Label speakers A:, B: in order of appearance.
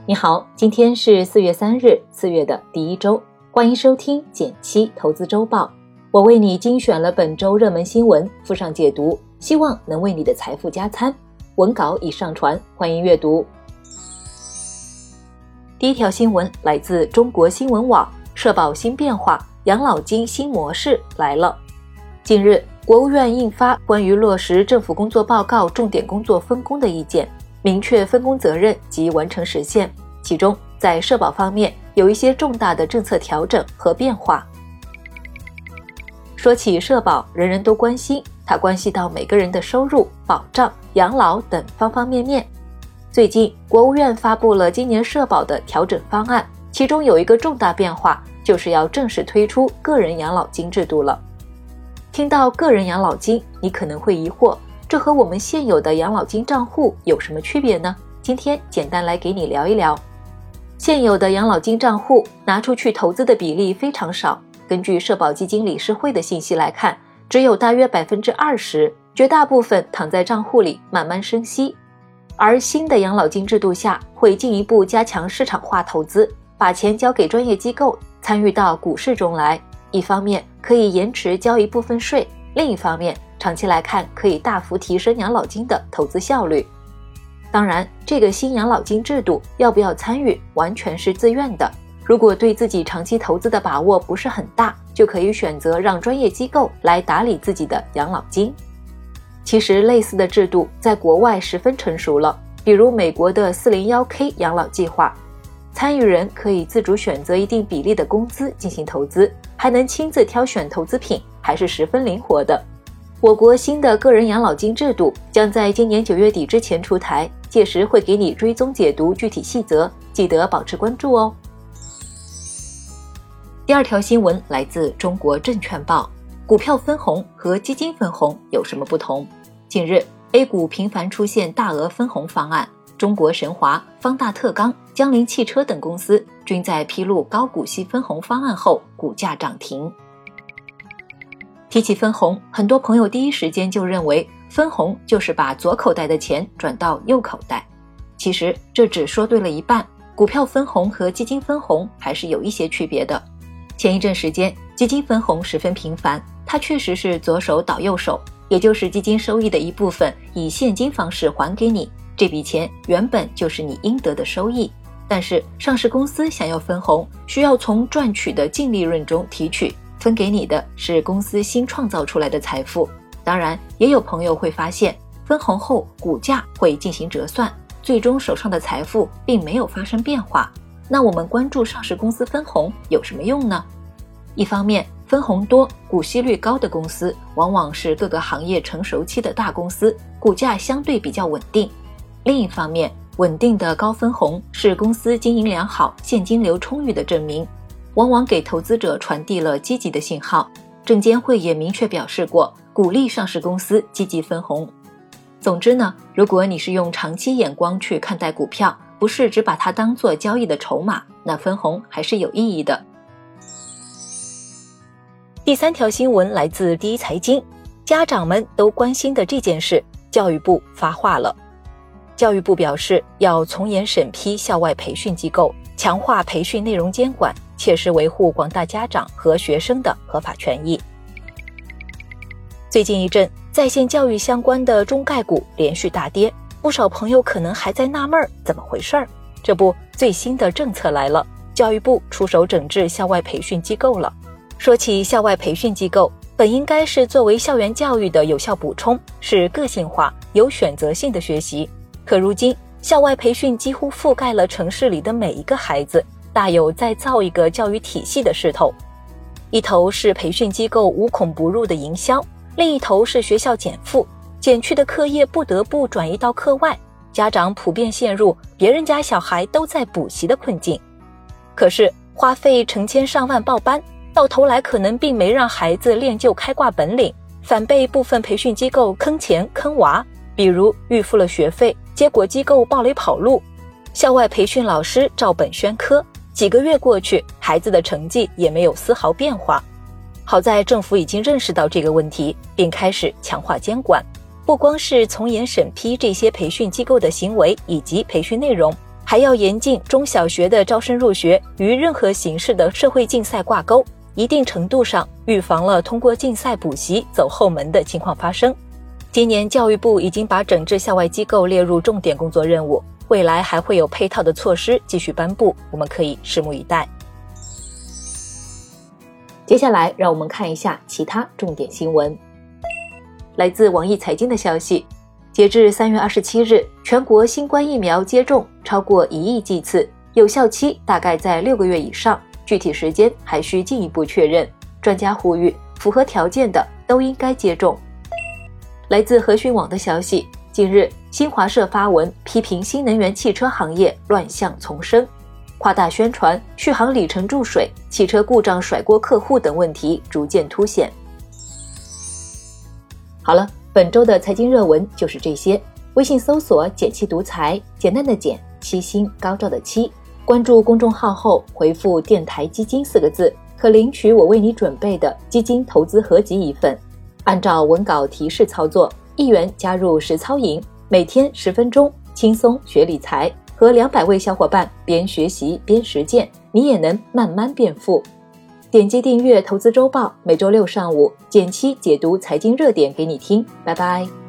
A: 你好，今天是4月3日，4月的第一周，欢迎收听减七投资周报。我为你精选了本周热门新闻，附上解读，希望能为你的财富加餐。文稿已上传，欢迎阅读。第一条新闻来自中国新闻网，社保新变化，养老金新模式来了。近日，国务院印发关于落实政府工作报告重点工作分工的意见，明确分工责任及完成实现。其中，在社保方面有一些重大的政策调整和变化。说起社保，人人都关心，它关系到每个人的收入、保障、养老等方方面面。最近，国务院发布了今年社保的调整方案，其中有一个重大变化，就是要正式推出个人养老金制度了。听到个人养老金，你可能会疑惑，这和我们现有的养老金账户有什么区别呢？今天简单来给你聊一聊。现有的养老金账户拿出去投资的比例非常少，根据社保基金理事会的信息来看，只有大约 20%， 绝大部分躺在账户里慢慢生息。而新的养老金制度下，会进一步加强市场化投资，把钱交给专业机构参与到股市中来，一方面可以延迟交一部分税，另一方面长期来看可以大幅提升养老金的投资效率。当然，这个新养老金制度要不要参与完全是自愿的，如果对自己长期投资的把握不是很大，就可以选择让专业机构来打理自己的养老金。其实类似的制度在国外十分成熟了，比如美国的 401k 养老计划，参与人可以自主选择一定比例的工资进行投资，还能亲自挑选投资品，还是十分灵活的。我国新的个人养老金制度将在今年9月底之前出台，届时会给你追踪解读具体细则，记得保持关注哦。第二条新闻来自中国证券报，股票分红和基金分红有什么不同？近日 A 股频繁出现大额分红方案，中国神华、方大特钢、江铃汽车等公司均在披露高股息分红方案后股价涨停。提起分红，很多朋友第一时间就认为分红就是把左口袋的钱转到右口袋。其实这只说对了一半，股票分红和基金分红还是有一些区别的。前一阵时间，基金分红十分频繁，它确实是左手倒右手，也就是基金收益的一部分以现金方式还给你，这笔钱原本就是你应得的收益。但是上市公司想要分红，需要从赚取的净利润中提取，分给你的是公司新创造出来的财富。当然，也有朋友会发现，分红后股价会进行折算，最终手上的财富并没有发生变化。那我们关注上市公司分红有什么用呢？一方面，分红多、股息率高的公司往往是各个行业成熟期的大公司，股价相对比较稳定。另一方面，稳定的高分红是公司经营良好、现金流充裕的证明，往往给投资者传递了积极的信号。证监会也明确表示过，鼓励上市公司积极分红。总之呢，如果你是用长期眼光去看待股票，不是只把它当作交易的筹码，那分红还是有意义的。第三条新闻来自第一财经，家长们都关心的这件事，教育部发话了。教育部表示，要从严审批校外培训机构，强化培训内容监管，切实维护广大家长和学生的合法权益。最近一阵，在线教育相关的中概股连续大跌，不少朋友可能还在纳闷怎么回事。这不，最新的政策来了，教育部出手整治校外培训机构了。说起校外培训机构，本应该是作为校园教育的有效补充，是个性化、有选择性的学习。可如今，校外培训几乎覆盖了城市里的每一个孩子，大有再造一个教育体系的势头。一头是培训机构无孔不入的营销，另一头是学校减负，减去的课业不得不转移到课外，家长普遍陷入别人家小孩都在补习的困境。可是花费成千上万报班，到头来可能并没让孩子练就开挂本领，反被部分培训机构坑钱坑娃，比如预付了学费，结果机构暴雷跑路，校外培训老师照本宣科，几个月过去，孩子的成绩也没有丝毫变化。好在政府已经认识到这个问题，并开始强化监管，不光是从严审批这些培训机构的行为以及培训内容， 还要严禁中小学的招生入学与任何形式的社会竞赛挂钩，一定程度上预防了通过竞赛补习走后门的情况发生。今年教育部已经把整治校外机构列入重点工作任务，未来还会有配套的措施继续颁布，我们可以拭目以待。接下来让我们看一下其他重点新闻。来自网易财经的消息，截至3月27日，全国新冠疫苗接种超过1亿剂次，有效期大概在6个月以上，具体时间还需进一步确认。专家呼吁，符合条件的都应该接种。来自和讯网的消息，近日新华社发文批评新能源汽车行业乱象丛生，夸大宣传、续航里程注水、汽车故障甩锅客户等问题逐渐凸显。好了，本周的财经热文就是这些。微信搜索“简七独裁”，简单的简，七星高照的七。关注公众号后回复“电台基金”4个字，可领取我为你准备的基金投资合集1份。按照文稿提示操作，1元加入实操营，每天10分钟，轻松学理财，和200位小伙伴边学习边实践，你也能慢慢变富。点击订阅投资周报，每周6上午简七解读财经热点给你听，拜拜。